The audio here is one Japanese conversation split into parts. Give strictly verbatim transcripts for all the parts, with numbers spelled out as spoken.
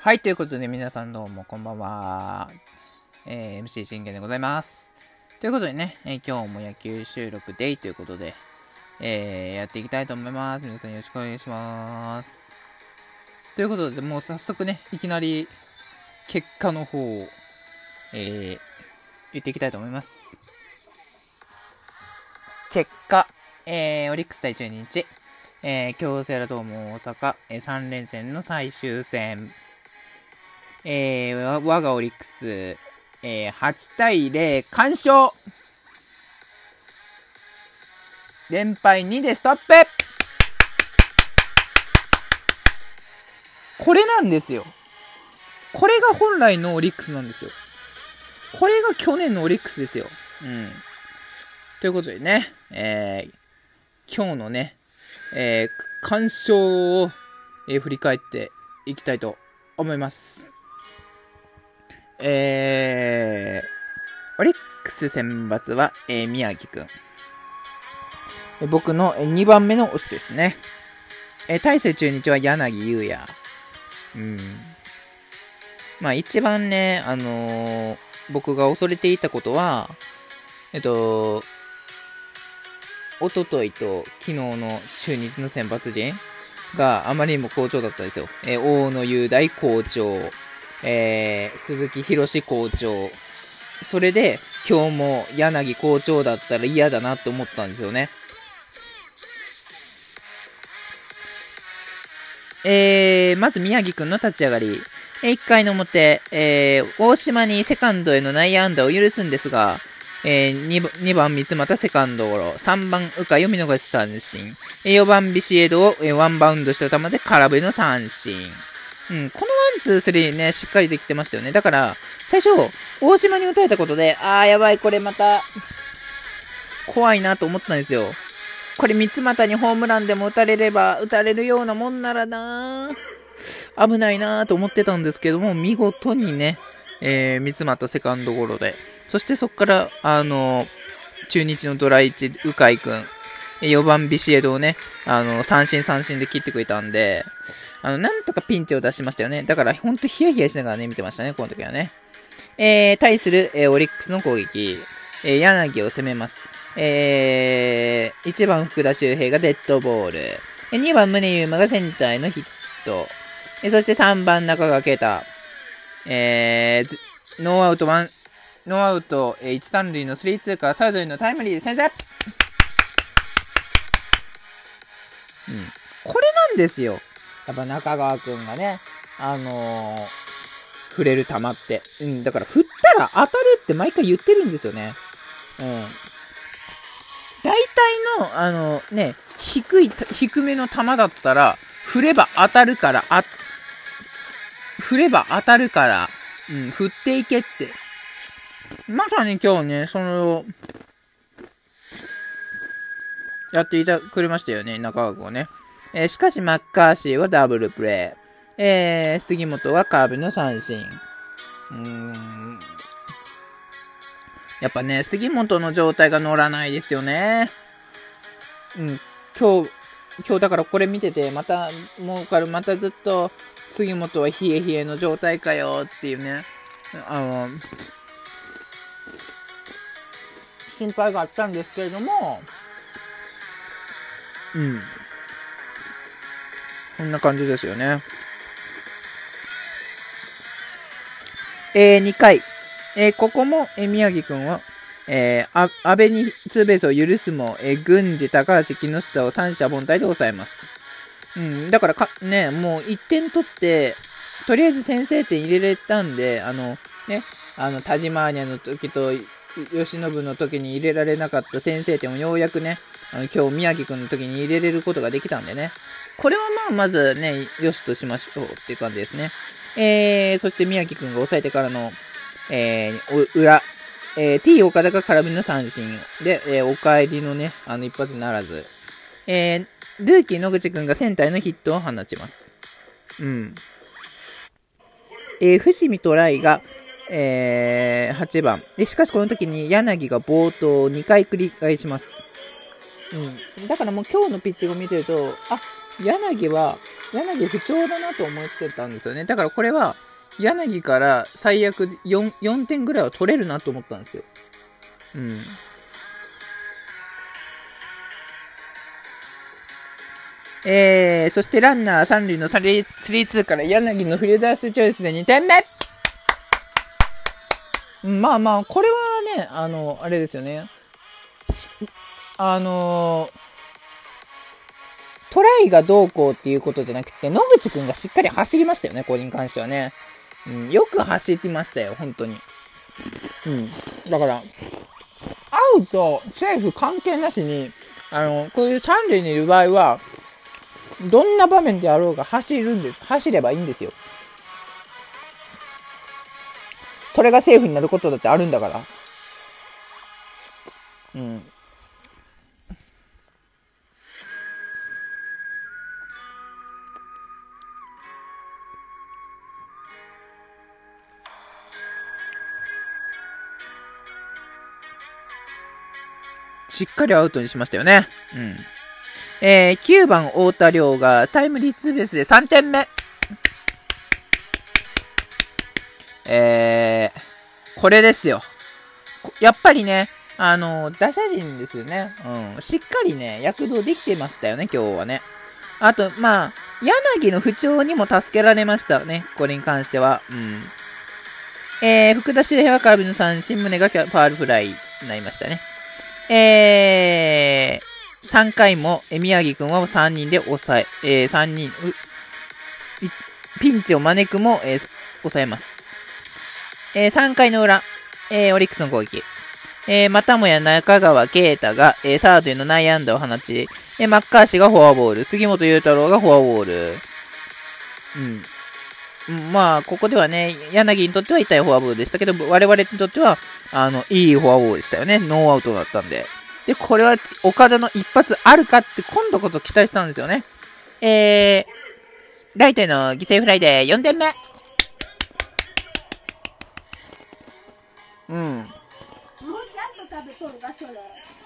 はい、ということで皆さんどうもこんばんは。えー、エムシー 信玄でございます。ということでね、えー、今日も野球収録デイということで、えー、やっていきたいと思います。皆さんよろしくお願いします。ということで、もう早速ね、いきなり結果の方を、えー、言っていきたいと思います。結果、えー、オリックス対中日、えー、京セラドーム大阪、えー、さん連戦の最終戦、えー、我がオリックス、えー、はちたいゼロ完勝、連敗にでストップ。これなんですよ。これが本来のオリックスなんですよ。これが去年のオリックスですよ。うん。ということでね、えー、今日のね、えー、完勝を、えー、振り返っていきたいと思います。えー、オリックス選抜は、えー、宮城くん。僕のにばんめの推しですね。えー、大勢中日は柳優也。うん。まあ一番ね、あのー、僕が恐れていたことは、えっと、おとといと昨日の中日の選抜陣があまりにも好調だったんですよ。えー、大野雄大好調。えー、鈴木博士校長。それで今日も柳校長だったら嫌だなって思ったんですよね。えー、まず宮城くんの立ち上がり。いっかいの表、えー、大島にセカンドへの内野安打を許すんですが、えー、に, にばん三俣セカンドゴロ、さんばん鵜飼を見逃し三振、よんばんビシエドをワンバウンドした球で空振りの三振。うん、このワン、ツー、スリーね、しっかりできてましたよね。だから、最初、大島に打たれたことで、あーやばい、これまた、怖いなと思ったんですよ。これ三俣にホームランでも打たれれば、打たれるようなもんならな危ないなと思ってたんですけども、見事にね、えー、三俣セカンドゴロで、そしてそこから、あの、中日のドライチ、鵜飼くん、よんばんビシエドをね、あの、三振三振で切ってくれたんで、あの、なんとかピンチを出しましたよね。だから、ほんとヒヤヒヤしながらね、見てましたね、この時はね。えー、対する、えー、オリックスの攻撃、えー、柳を攻めます。えー、いちばん福田周平がデッドボール、にばん宗優馬がセンターへのヒット、えそしてさんばん中川圭太、えー、ノーアウトワン、ノーアウトいち、さん塁のスリーツーからサードへのタイムリーで先制。うん。これなんですよ。やっぱ中川くんがね、あのー、触れる球って。うん、だから振ったら当たるって毎回言ってるんですよね。うん。大体の、あのね、低い、低めの球だったら、振れば当たるから、あ、振れば当たるから、うん、振っていけって。まさに今日ね、その、やっていたくれましたよね、中川くんはね。えー、しかし、マッカーシーはダブルプレイ。えー、杉本はカーブの三振。うーん。やっぱね、杉本の状態が乗らないですよね。うん、今日、今日だからこれ見てて、また、もうからまたずっと、杉本は冷え冷えの状態かよっていうね、あの、心配があったんですけれども、うん。こんな感じですよね。えー、にかい。えー、ここも、えー、宮城くんは、えー、あ、安倍にツーベースを許すも、えー、郡司、高橋、木下を三者凡退で抑えます。うん、だからか、ね、もういってん取って、とりあえず先制点入れれたんで、あの、ね、あの、田島アーニャの時と、吉信の時に入れられなかった先制点をようやくね、あの今日宮城くんの時に入れれることができたんでね。これはまあ、まずね、よしとしましょうっていう感じですね。えー、そして宮城くんが抑えてからの、えー、裏、えー、T 岡田が空振りの三振で、えー、お帰りのね、あの一発ならず、えー、ルーキー野口くんがセンターへのヒットを放ちます。うん。えー、伏見トライが、えー、はちばん。で、しかしこの時に柳が暴投をにかい繰り返します。うん。だからもう今日のピッチングを見てると、あ、 柳は、柳不調だなと思ってたんですよね。だからこれは、柳から最悪 4, よんてんぐらいは取れるなと思ったんですよ。うん。えー、そしてランナーさん塁のスリーツーから柳のフィルダースチョイスでにてんめ。まあまあ、これはね、あの、あれですよね。あのー、トライがどうこうっていうことじゃなくて、野口くんがしっかり走りましたよね、これに関してはね。うん、よく走りましたよ、本当に。うん。だから、アウト、セーフ関係なしに、あの、こういう三塁にいる場合は、どんな場面であろうが走るんです。走ればいいんですよ。それがセーフになることだってあるんだから。うん。しっかりアウトにしましたよね。うん。えー、きゅうばん太田亮がタイムリーツーベースでさんてんめ。えー、これですよ。やっぱりね、あの、打者陣ですよね。うん。しっかりね、躍動できてましたよね、今日はね。あと、まあ、柳の不調にも助けられましたね、これに関しては。うん。えー、福田周平は空振りの三振、宗がファールフライになりましたね。えー、さんかいも、え宮城くんはさんにんで抑え、えー、さんにん、ピンチを招くも、えー、抑えます。えー、さんかいの裏、えー、オリックスの攻撃。えー、またもや中川圭太が、えー、サードへの内野安打を放ち、えー、マッカーシーがフォアボール、杉本裕太郎がフォアボール。うん。まあ、ここではね、柳にとっては痛いフォアボールでしたけど、我々にとっては、あの、いいフォアボールでしたよね。ノーアウトだったんで。で、これは、岡田の一発あるかって、今度こそ期待したんですよね。えー、ライトへの犠牲フライでよんてんめ。うん。もうちゃんと食べとるか、それ。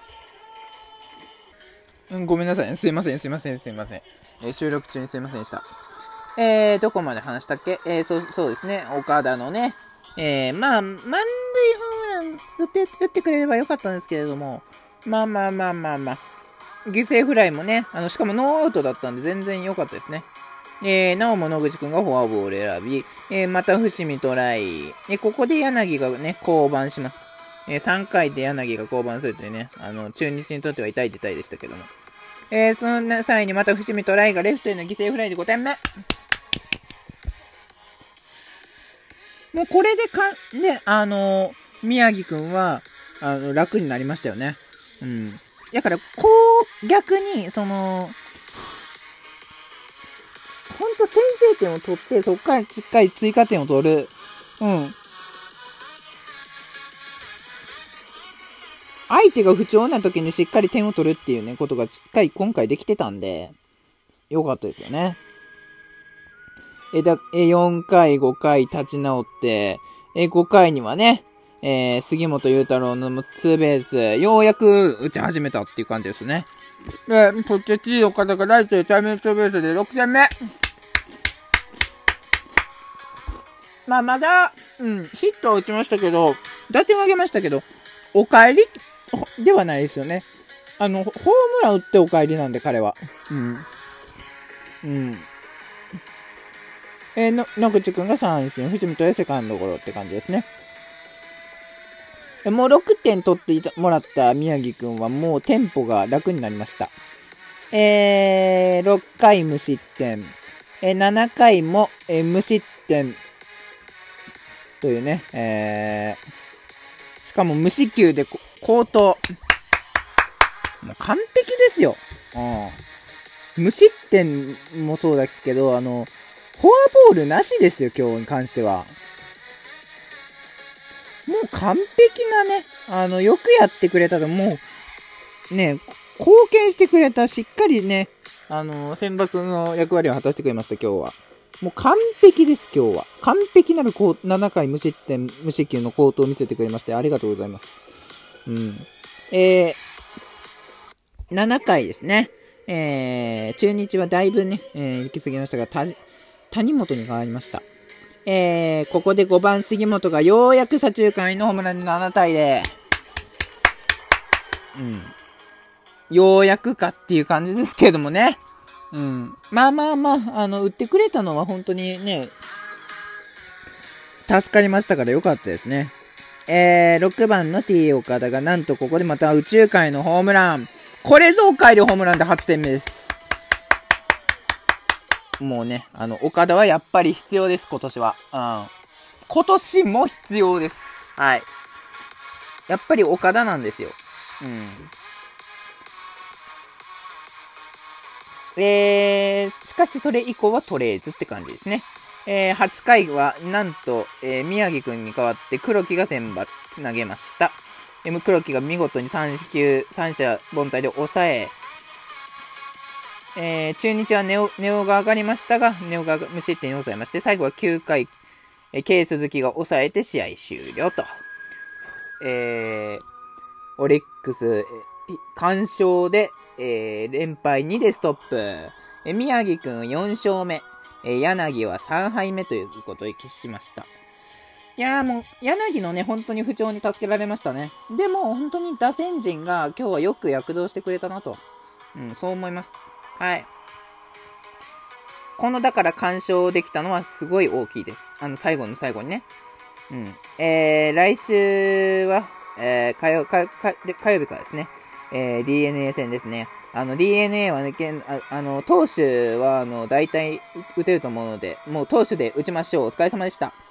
うん、ごめんなさい。すいません、すいません、すいません。えー、収録中にすいませんでした。えー、どこまで話したっけ？えー、そう、そうですね。岡田のね、えー、まあ、満塁ホームラン打って、打ってくれればよかったんですけれども、まあまあまあまあまあ、犠牲フライもね、あの、しかもノーアウトだったんで全然良かったですね。えー、なおも野口くんがフォアボール選び、えー、また伏見トライ、えー、ここで柳がね、降板します。えー、さんかいで柳が降板するというね、あの、中日にとっては痛い事態でしたけども。えー、その際にまた伏見トライがレフトへの犠牲フライでごてんめ。もうこれでか、ね、あのー、宮城くんは、あの、楽になりましたよね。うん。だから、こう、逆に、その、ほんと先制点を取って、そこからしっかり追加点を取る。うん。相手が不調な時にしっかり点を取るっていうね、ことがしっかり今回できてたんで、よかったですよね。え、だ、え、よんかい、ごかい立ち直って、え、ごかいにはね、えー、杉本裕太郎のツーベース、ようやく打ち始めたっていう感じですね。で、そしてチー岡田がライトへタイムリーツーベースでろくてんめ。まあ、まだ、うん、ヒットは打ちましたけど、打点を上げましたけど、お帰りではないですよね。あの、ホームラン打ってお帰りなんで、彼は。うん。うん。えー、の、野口くんが三振、藤本へセカンドゴロって感じですね。もうろくてん取ってもらった宮城くんはもうテンポが楽になりました。えー、ろっかい無失点。えー、ななかいも、えー、無失点。というね、えー、しかも無四球で好投。もう完璧ですよ。うん。無失点もそうですけど、あの、フォアボールなしですよ、今日に関しては。もう完璧なね、あの、よくやってくれたと、もう、ね、貢献してくれた、しっかりね、あの、選抜の役割を果たしてくれました、今日は。もう完璧です、今日は。完璧なるななかい無失点、無失球の好投を見せてくれまして、ありがとうございます。うん。えー、ななかいですね。 えー、中日はだいぶね、えー、行き過ぎましたが、た谷本に変わりました。えー、ここでごばん杉本がようやく左中間へのホームランでななたいゼロ。うん。ようやくかっていう感じですけれどもね。うん。まあまあまあ、あの、打ってくれたのは本当にね、助かりましたからよかったですね。えー、ろくばんの T 岡田がなんとここでまた右中間へのホームラン。これぞ帰りホームランではちてんめです。もうね、あの、岡田はやっぱり必要です、今年は。うん。今年も必要です。はい。やっぱり岡田なんですよ。うん。えー、しかしそれ以降はトレーズって感じですね。えー、はちかいは、なんと、えー、宮城くんに代わって黒木が先発投げました。でも黒木が見事にさん球、さん者凡退で抑え、えー、中日はネオ、ネオが上がりましたが、ネオが無失点に抑えまして、最後はきゅうかい、えー、K 鈴木が抑えて試合終了と。えー、オリックス、えー、完勝で、えー、連敗にでストップ。えー、宮城くんよん勝目。えー、柳はさんはいめということを消しました。いやーもう、柳のね、本当に不調に助けられましたね。でも、本当に打線陣が今日はよく躍動してくれたなと。うん、そう思います。はい。この、だから完勝できたのはすごい大きいです。あの、最後の最後にね。うん。えー、来週は、えー、火曜、火火曜日からですね。えー、ディーエヌエー 戦ですね。あの、ディーエヌエー はね、ああの、投手は、あの、大体打てると思うので、もう投手で打ちましょう。お疲れ様でした。